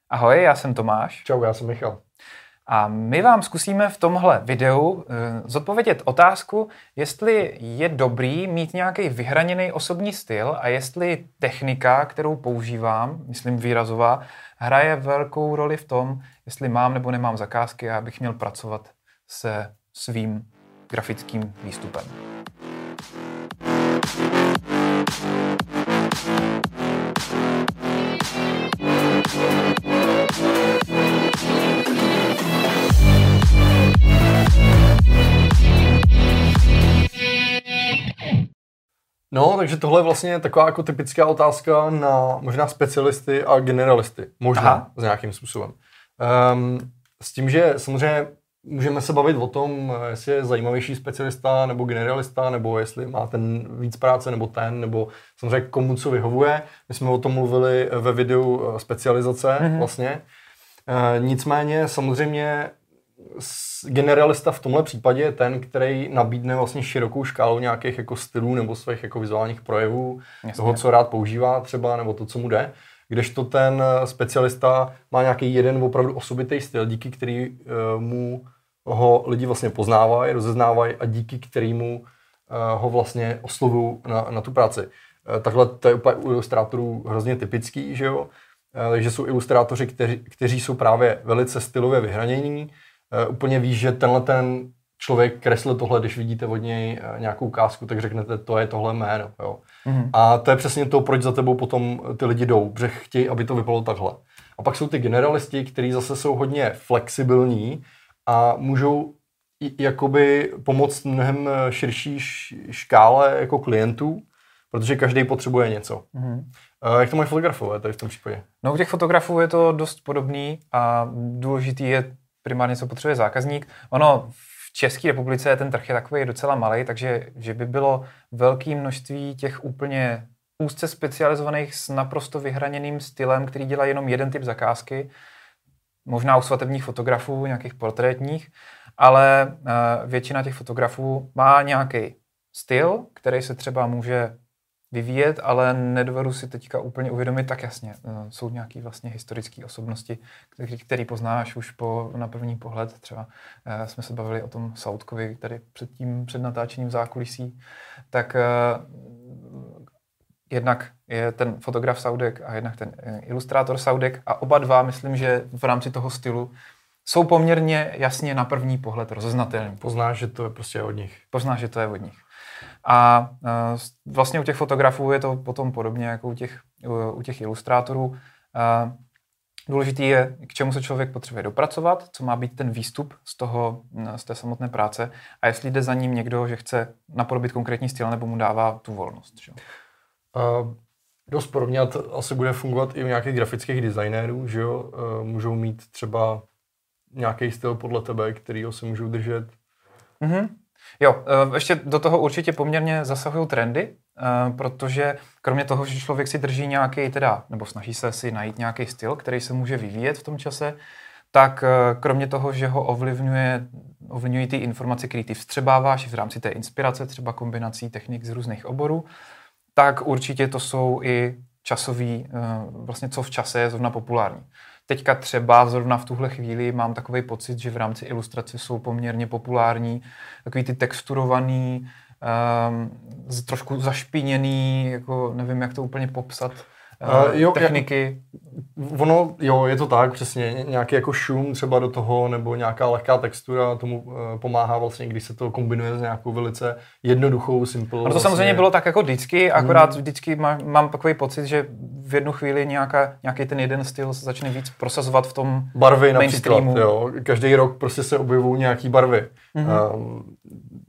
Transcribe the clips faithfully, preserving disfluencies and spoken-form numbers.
Ahoj, já jsem Tomáš. Čau, já jsem Michal. A my vám zkusíme v tomhle videu zodpovědět otázku, jestli je dobrý mít nějaký vyhraněný osobní styl a jestli technika, kterou používám, myslím výrazová, hraje velkou roli v tom, jestli mám nebo nemám zakázky a abych měl pracovat se svým grafickým výstupem. No, takže tohle je vlastně taková jako typická otázka na možná specialisty a generalisty. Možná, Aha. s nějakým způsobem. Um, s tím, že samozřejmě můžeme se bavit o tom, jestli je zajímavější specialista nebo generalista, nebo jestli má ten víc práce nebo ten, nebo samozřejmě komu co vyhovuje. My jsme o tom mluvili ve videu specializace mm-hmm. vlastně. Uh, nicméně samozřejmě generalista v tomhle případě je ten, který nabídne vlastně širokou škálu nějakých jako stylů nebo svých jako vizuálních projevů, Jasně. toho, co rád používá třeba, nebo to, co mu jde. Kdežto ten specialista má nějaký jeden opravdu osobitý styl, díky který uh, mu ho lidi vlastně poznávají, rozeznávají a díky kterému uh, ho vlastně oslovují na, na tu práci. Uh, takhle to je úplně u ilustrátorů hrozně typický, že jo? Uh, takže jsou ilustrátoři, kteří, kteří jsou právě velice stylově vyhranění. Uh, úplně víš, že tenhle ten člověk kreslil tohle, když vidíte od něj uh, nějakou ukázku, tak řeknete, to je tohle jméno. Jo? Mm-hmm. A to je přesně to, proč za tebou potom ty lidi jdou, protože chtějí, aby to vypadalo takhle. A pak jsou ty generalisti, kteří zase jsou hodně flexibilní a můžou i, jakoby pomoct mnohem širší škále jako klientů, protože každý potřebuje něco. Mm-hmm. Uh, jak to mají fotografové tady v tom případě? No, u těch fotografů je to dost podobný a důležitý je primárně, co potřebuje zákazník. Ono v České republice ten trh je takový docela malý, takže že by bylo velké množství těch úplně úzce specializovaných s naprosto vyhraněným stylem, který dělá jenom jeden typ zakázky, možná u svatebních fotografů, nějakých portrétních, ale uh, většina těch fotografů má nějaký styl, který se třeba může vyvíjet, ale nedovedu si teďka úplně uvědomit, tak jasně, uh, jsou nějaký vlastně historické osobnosti, který, který poznáš už po, na první pohled. Třeba uh, jsme se bavili o tom Soudkovi, tady před tím před natáčením v zákulisí, tak uh, jednak je ten fotograf Soudek a jednak ten ilustrátor Soudek a oba dva, myslím, že v rámci toho stylu jsou poměrně jasně na první pohled rozeznatelní. Poznáš, že to je prostě od nich. Poznáš, že to je od nich. A uh, vlastně u těch fotografů je to potom podobně jako u těch, u, u těch ilustrátorů. Uh, důležitý je, k čemu se člověk potřebuje dopracovat, co má být ten výstup z toho, z té samotné práce a jestli jde za ním někdo, že chce napodobit konkrétní styl nebo mu dává tu volnost. Že? Uh, dost podobně a to asi bude fungovat i u nějakých grafických designérů, že jo? Uh, můžou mít třeba nějaký styl podle tebe, kterýho se můžou držet. Mm-hmm. Jo, uh, ještě do toho určitě poměrně zasahují trendy, uh, protože kromě toho, že člověk si drží nějaký teda, nebo snaží se si najít nějaký styl, který se může vyvíjet v tom čase, tak uh, kromě toho, že ho ovlivňuje, ovlivňují ty informace, které ty vstřebáváš v rámci té inspirace, třeba kombinací technik z různých oborů, tak určitě to jsou i časový, vlastně co v čase je zrovna populární. Teďka třeba zrovna v tuhle chvíli mám takový pocit, že v rámci ilustrace jsou poměrně populární takový ty texturovaný, um, trošku zašpiněný, jako nevím, jak to úplně popsat, uh, jo, techniky. Jak, ono, jo, je to tak, přesně, nějaký jako šum třeba do toho, nebo nějaká lehká textura tomu uh, pomáhá vlastně, když se to kombinuje s nějakou velice jednoduchou, simple. No to vlastně. samozřejmě bylo tak jako vždycky, akorát hmm. vždycky má, mám takový pocit, že v jednu chvíli nějaká, nějaký ten jeden styl se začne víc prosazovat v tom barvy například, jo. Každý rok prostě se objevují nějaký barvy. Mm-hmm. Um,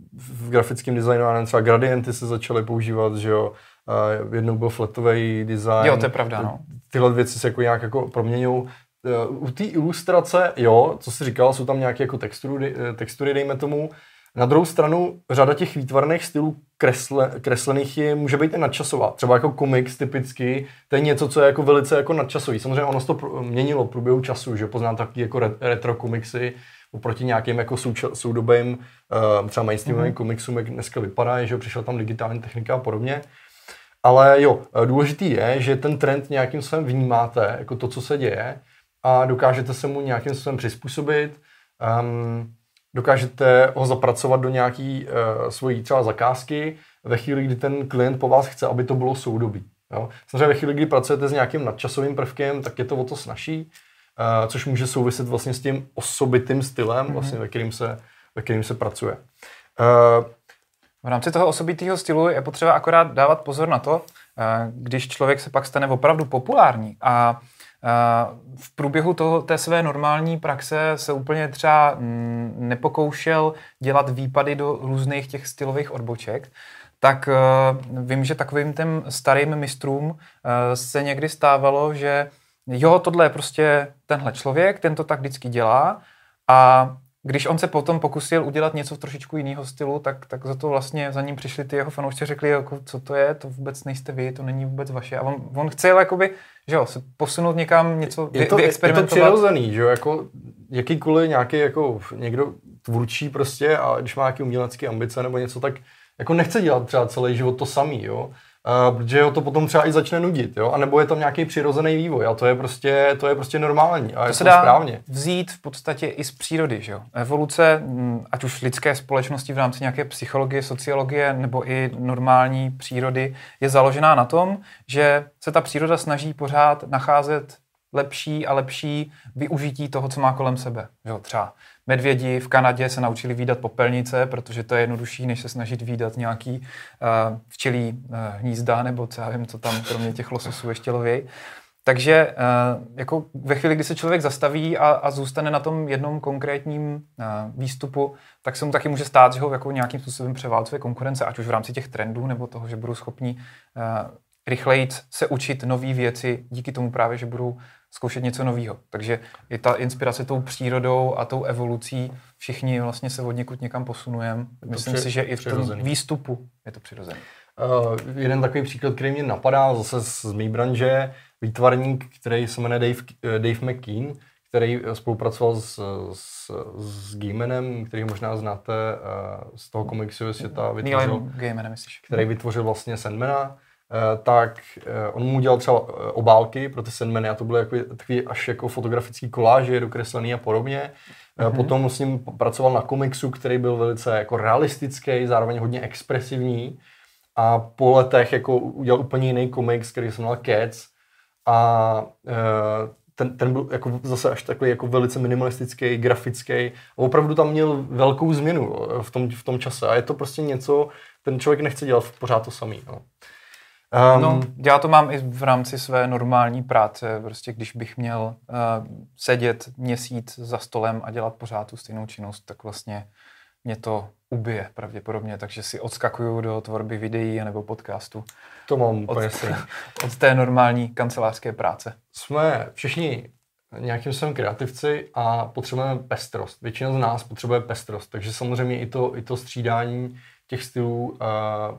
v grafickém designu třeba gradienty se začaly používat, že jo. Uh, jednou byl flatový design. Jo, to je pravda, no. Tyhle věci se jako nějak jako proměňují. Uh, u té ilustrace, jo, co jsi říkal, jsou tam nějaké jako textury, textury, dejme tomu. Na druhou stranu řada těch výtvarných stylů kresle, kreslených je, může být i nadčasová. Třeba jako komiks typicky, to je něco, co je jako velice jako nadčasový. Samozřejmě ono se to měnilo v průběhu času, že poznám taky jako retro komiksy oproti nějakým jako souča- soudobým uh, třeba mainstreamovým mm-hmm. komiksům, jak dneska vypadá, že přišla tam digitální technika a podobně. Ale jo, důležitý je, že ten trend nějakým způsobem vnímáte, jako to, co se děje, a dokážete se mu nějakým způsobem přizpůsobit, um, dokážete ho zapracovat do nějaký uh, svojí třeba zakázky ve chvíli, kdy ten klient po vás chce, aby to bylo soudobí. Jo? Samozřejmě ve chvíli, kdy pracujete s nějakým nadčasovým prvkem, tak je to o to snazší, uh, což může souviset vlastně s tím osobitým stylem, mm-hmm. vlastně, ve kterým se, ve kterým se pracuje. Uh, v rámci toho osobitého stylu je potřeba akorát dávat pozor na to, uh, když člověk se pak stane opravdu populární a v průběhu toho, té své normální praxe se úplně třeba nepokoušel dělat výpady do různých těch stylových odboček, tak vím, že takovým těm starým mistrům se někdy stávalo, že jo, tohle je prostě tenhle člověk, ten to tak vždycky dělá a když on se potom pokusil udělat něco v trošičku jiného stylu, tak, tak za to vlastně za ním přišli ty jeho fanoušci a řekli, jako, co to je, to vůbec nejste vy, to není vůbec vaše. A on, on chce jakoby, že jo, se posunout někam něco, je to, vyexperimentovat. Je to přirozený, že jo, jako jakýkoliv nějaký jako někdo tvůrčí prostě a když má nějaké umělecké ambice nebo něco, tak jako nechce dělat třeba celý život to samý, jo. Uh, protože ho to potom třeba i začne nudit, jo, a nebo je tam nějaký přirozený vývoj a to je prostě, to je prostě normální a to je se to dá správně. Vzít v podstatě i z přírody, že jo. Evoluce, ať už lidské společnosti v rámci nějaké psychologie, sociologie nebo i normální přírody je založená na tom, že se ta příroda snaží pořád nacházet lepší a lepší využití toho, co má kolem sebe. Jo, třeba medvědi v Kanadě se naučili vídat popelnice, protože to je jednodušší, než se snažit vídat nějaký uh, včelí uh, hnízda, nebo co já vím, co tam kromě těch lososů ještě loví. Takže uh, jako ve chvíli, kdy se člověk zastaví a, a zůstane na tom jednom konkrétním uh, výstupu, tak se mu taky může stát, že ho jako nějakým způsobem převálcuje konkurence, ať už v rámci těch trendů, nebo toho, že budou schopni uh, rychleji se učit nové věci díky tomu právě, že budou zkoušet něco nového. Takže i ta inspirace tou přírodou a tou evolucí, všichni vlastně se od někud někam posunujeme. Myslím při, si, že i v tom výstupu je to přirozené. Uh, jeden takový příklad, který mě napadá zase z, z mé branže, výtvarník, který se jmenuje Dave, Dave McKean, který spolupracoval s, s, s Gaimanem, který možná znáte uh, z toho komiksu světa, vytvořil, Gaimanem, myslíš? který vytvořil vlastně Sandmana. Uh, tak uh, on mu udělal třeba uh, obálky pro ty Sandmany a to byly jako, takový až jako fotografický koláže, dokreslený a podobně. Uh, mm-hmm. Potom s ním pracoval na komiksu, který byl velice jako realistický, zároveň hodně expresivní a po letech jako udělal úplně jiný komiks, který se jmenoval Cats a uh, ten, ten byl jako zase až takový jako velice minimalistický, grafický a opravdu tam měl velkou změnu v tom, v tom čase a je to prostě něco, ten člověk nechce dělat pořád to samý. No. Um, no, já to mám i v rámci své normální práce, prostě když bych měl uh, sedět měsíc za stolem a dělat pořád tu stejnou činnost, tak vlastně mě to ubije pravděpodobně, takže si odskakuju do tvorby videí nebo podcastu. To mám úplně stejně. Od té normální kancelářské práce. Jsme všichni nějakým svým kreativci a potřebujeme pestrost. Většina z nás potřebuje pestrost, takže samozřejmě i to, i to střídání těch stylů uh,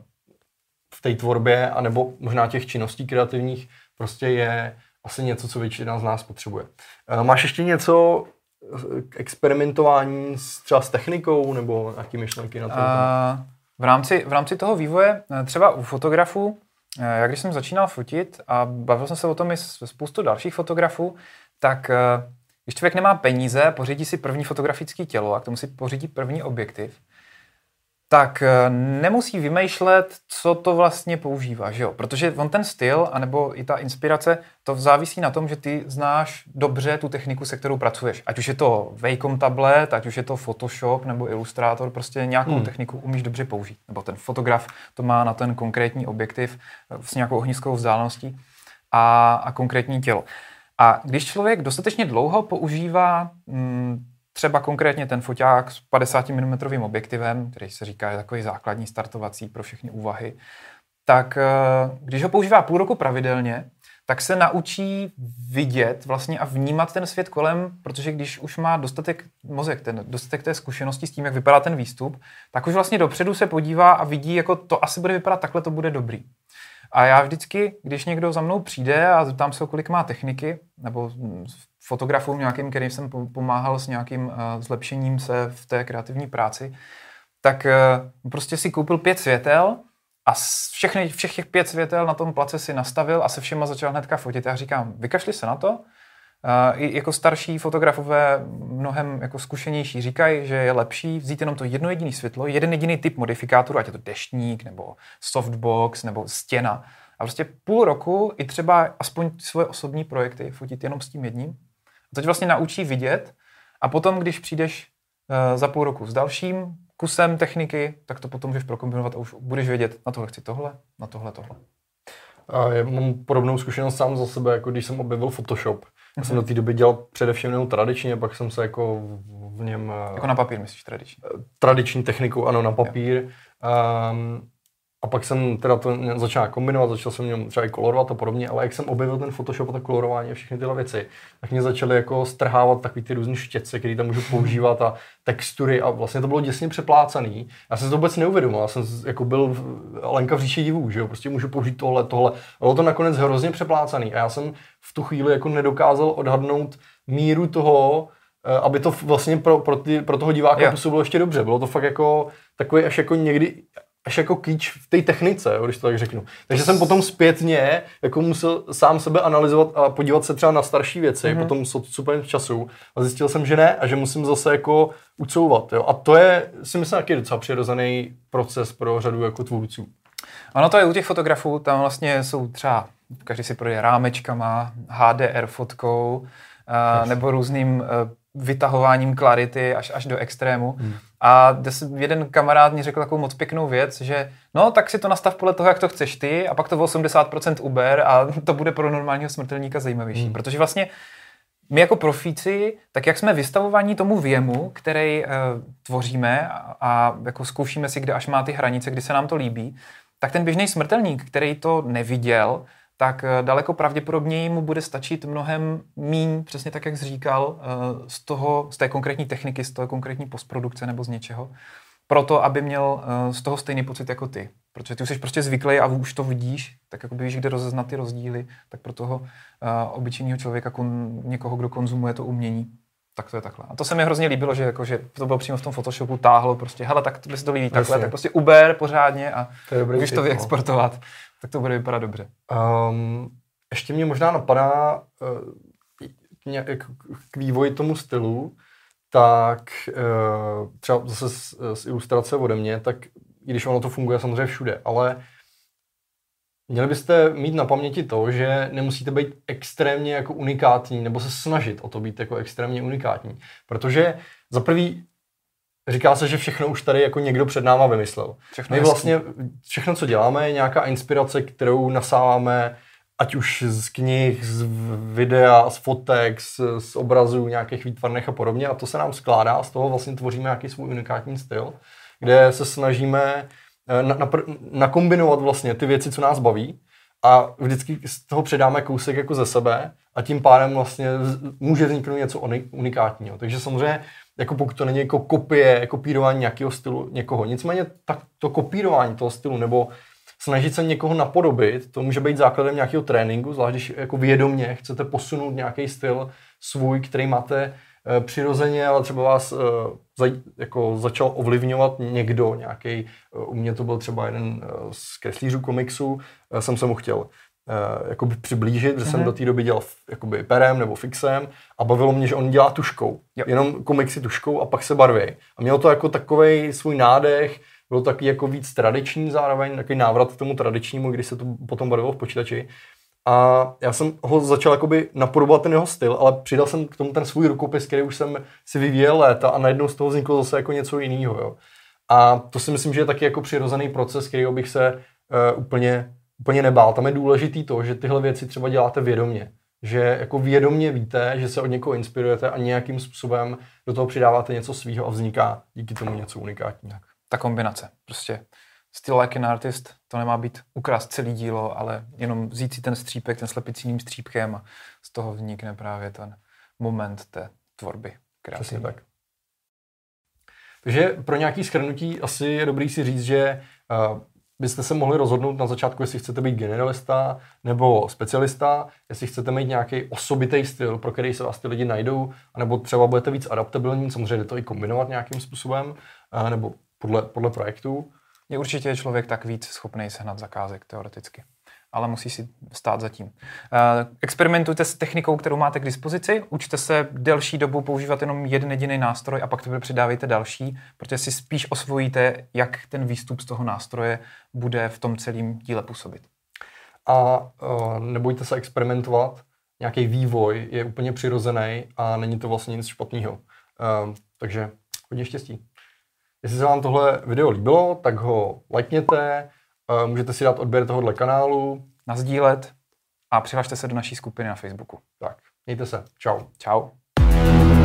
v té tvorbě, anebo možná těch činností kreativních, prostě je asi něco, co většina z nás potřebuje. Uh, máš ještě něco k experimentování s, třeba s technikou, nebo nějaký myšlenky na to? Uh, v, rámci, v rámci toho vývoje, třeba u fotografů, já když jsem začínal fotit a bavil jsem se o tom i s spoustu dalších fotografů, tak když člověk nemá peníze, pořídí si první fotografické tělo a k tomu si pořídí první objektiv, tak nemusí vymýšlet, co to vlastně používá, že jo? Protože on ten styl, anebo i ta inspirace, to závisí na tom, že ty znáš dobře tu techniku, se kterou pracuješ. Ať už je to Wacom tablet, ať už je to Photoshop nebo Illustrator, prostě nějakou hmm. techniku umíš dobře použít. Nebo ten fotograf to má na ten konkrétní objektiv s nějakou ohniskovou vzdáleností a, a konkrétní tělo. A když člověk dostatečně dlouho používá mm, třeba konkrétně ten foťák s padesát milimetrů objektivem, který se říká, je takový základní startovací pro všechny úvahy, tak když ho používá půl roku pravidelně, tak se naučí vidět vlastně a vnímat ten svět kolem, protože když už má dostatek mozek, ten dostatek té zkušenosti s tím, jak vypadá ten výstup, tak už vlastně dopředu se podívá a vidí, jako to asi bude vypadat takhle, to bude dobrý. A já vždycky, když někdo za mnou přijde a zeptám se, kolik má techniky, nebo fotografům nějakým, kterým jsem pomáhal s nějakým uh, zlepšením se v té kreativní práci, tak uh, prostě si koupil pět světel a všechny, všech těch pět světel na tom place si nastavil a se všema začal hnedka fotit. Já říkám, vykašli se na to, Uh, I jako starší fotografové, mnohem jako zkušenější, říkají, že je lepší vzít jenom to jedno jediné světlo, jeden jediný typ modifikátoru, ať je to deštník, nebo softbox, nebo stěna. A prostě půl roku i třeba aspoň svoje osobní projekty fotit jenom s tím jedním. A to tě vlastně naučí vidět a potom, když přijdeš uh, za půl roku s dalším kusem techniky, tak to potom můžeš prokombinovat a už budeš vědět, na tohle chci tohle, na tohle tohle. A já mám podobnou zkušenost sám za sebe, jako když jsem objevil Photoshop. Já jsem do té doby dělal především jenom tradičně, pak jsem se jako v něm... Jako na papír myslíš tradičně? Tradiční techniku, ano, na papír. Um, a pak jsem teda to začal kombinovat, začal jsem v něm třeba i kolorovat a podobně, ale jak jsem objevil ten Photoshop a to kolorování a všechny tyhle věci, tak mě začaly jako strhávat takový ty různý štětce, které tam můžu používat a textury a vlastně to bylo děsně přeplácaný. Já jsem to vůbec neuvědomil, já jsem jako byl Lenka v říši divů, že jo, prostě můžu použít tohle, tohle. Bylo to nakonec hrozně přeplácaný a já jsem v tu chvíli jako nedokázal odhadnout míru toho, aby to vlastně pro, pro, ty, pro toho diváka yeah. působilo ještě dobře. Bylo to fakt jako takový až jako někdy až jako kýč v té technice, jo, když to tak řeknu. Takže jsem potom zpětně jako musel sám sebe analyzovat a podívat se třeba na starší věci, mm-hmm. potom s odstupem času a zjistil jsem, že ne a že musím zase jako ucouvat. Jo. A to je, si myslím, taky docela přirozený proces pro řadu jako tvůrců. Ono to je u těch fotografů, tam vlastně jsou třeba, každý si projde rámečkama, H D R fotkou, uh, nebo různým uh, vytahováním klarity až, až do extrému. Hmm. A jeden kamarád mi řekl takovou moc pěknou věc, že no, tak si to nastav podle toho, jak to chceš ty a pak to o osmdesát procent uber a to bude pro normálního smrtelníka zajímavější. Hmm. Protože vlastně my jako profíci, tak jak jsme vystavovaní tomu věmu, který uh, tvoříme a, a jako zkoušíme si, kde až má ty hranice, kdy se nám to líbí, tak ten běžný smrtelník, který to neviděl, tak daleko pravděpodobněji mu bude stačit mnohem míň, přesně tak, jak jsi říkal, z toho, z té konkrétní techniky, z toho konkrétní postprodukce nebo z něčeho, proto, aby měl z toho stejný pocit jako ty. Protože ty už jsi prostě zvyklý a už to vidíš, tak jako víš, kde rozeznat ty rozdíly, tak pro toho uh, obyčejného člověka, kon, někoho, kdo konzumuje to umění, tak to je takhle. A to se mi hrozně líbilo, že, jako, že to bylo přímo v tom Photoshopu, táhlo prostě, hele, tak to by se to líbí takhle, tak prostě uber pořádně a můžeš to vyexportovat. Tak to bude vypadat dobře. Um, ještě mě možná napadá uh, nějak, k vývoji tomu stylu, tak uh, třeba zase z, z ilustrace ode mě, tak i když ono to funguje samozřejmě všude, ale měli byste mít na paměti to, že nemusíte být extrémně jako unikátní, nebo se snažit o to být jako extrémně unikátní. Protože za prvý říká se, že všechno už tady jako někdo před náma vymyslel. Všechno My vlastně všechno, co děláme, je nějaká inspirace, kterou nasáváme, ať už z knih, z videa, z fotek, z, z obrazů, nějakých výtvarných a podobně. A to se nám skládá, a z toho vlastně tvoříme nějaký svůj unikátní styl, kde se snažíme na, na, nakombinovat vlastně ty věci, co nás baví. A vždycky z toho předáme kousek jako ze sebe a tím pádem vlastně může vzniknout něco unikátního. Takže samozřejmě, jako pokud to není jako kopie, kopírování nějakého stylu někoho. Nicméně tak to kopírování toho stylu nebo snažit se někoho napodobit, to může být základem nějakého tréninku, zvlášť když jako vědomě chcete posunout nějaký styl svůj, který máte e, přirozeně, ale třeba vás e, za, jako začal ovlivňovat někdo, nějaký, e, u mě to byl třeba jeden e, z kreslířů komiksu, e, jsem se mu chtěl e, jakoby přiblížit, že mm-hmm. jsem do té doby dělal jakoby perem nebo fixem a bavilo mě, že on dělá tuškou, jo. Jenom komiksy tuškou a pak se barví. A mělo to jako takovej svůj nádech, bylo to taky jako víc tradiční zároveň, takový návrat k tomu tradičnímu, když se to potom barvilo v počítači. A já jsem ho začal jakoby napodobovat ten jeho styl, ale přidal jsem k tomu ten svůj rukopis, který už jsem si vyvíjel léta a najednou z toho vzniklo zase jako něco jiného. Jo. A to si myslím, že je taky jako přirozený proces, kterýho bych se uh, úplně, úplně nebál. Tam je důležitý to, že tyhle věci třeba děláte vědomě. Že jako vědomě víte, že se od někoho inspirujete a nějakým způsobem do toho přidáváte něco svýho a vzniká díky tomu něco unikátního. Ta kombinace. Prostě styl like an artist, to nemá být ukrást celý dílo, ale jenom vzít si ten střípek, ten slepicíným střípkem a z toho vznikne právě ten moment té tvorby kreativní. Přesně tak. Takže pro nějaký shrnutí asi je dobrý si říct, že uh, byste se mohli rozhodnout na začátku, jestli chcete být generalista nebo specialista, jestli chcete mít nějaký osobitý styl, pro který se vás ty lidi najdou, anebo třeba budete víc adaptabilní, samozřejmě jde to i kombinovat nějakým způsobem, uh, nebo podle, podle projektů. Je určitě člověk tak víc schopný sehnat zakázek teoreticky. ale musí si stát za tím. Experimentujte s technikou, kterou máte k dispozici, učte se delší dobu používat jenom jeden jediný nástroj a pak teprve přidávejte další, protože si spíš osvojíte, jak ten výstup z toho nástroje bude v tom celém díle působit. A uh, nebojte se experimentovat, nějaký vývoj je úplně přirozený a není to vlastně nic špatného. Uh, takže hodně štěstí. Jestli se vám tohle video líbilo, tak ho lajkněte, uh, můžete si dát odběr tohohle kanálu, nasdílet a přihlašte se do naší skupiny na Facebooku. Tak, mějte se. Čau. Čau.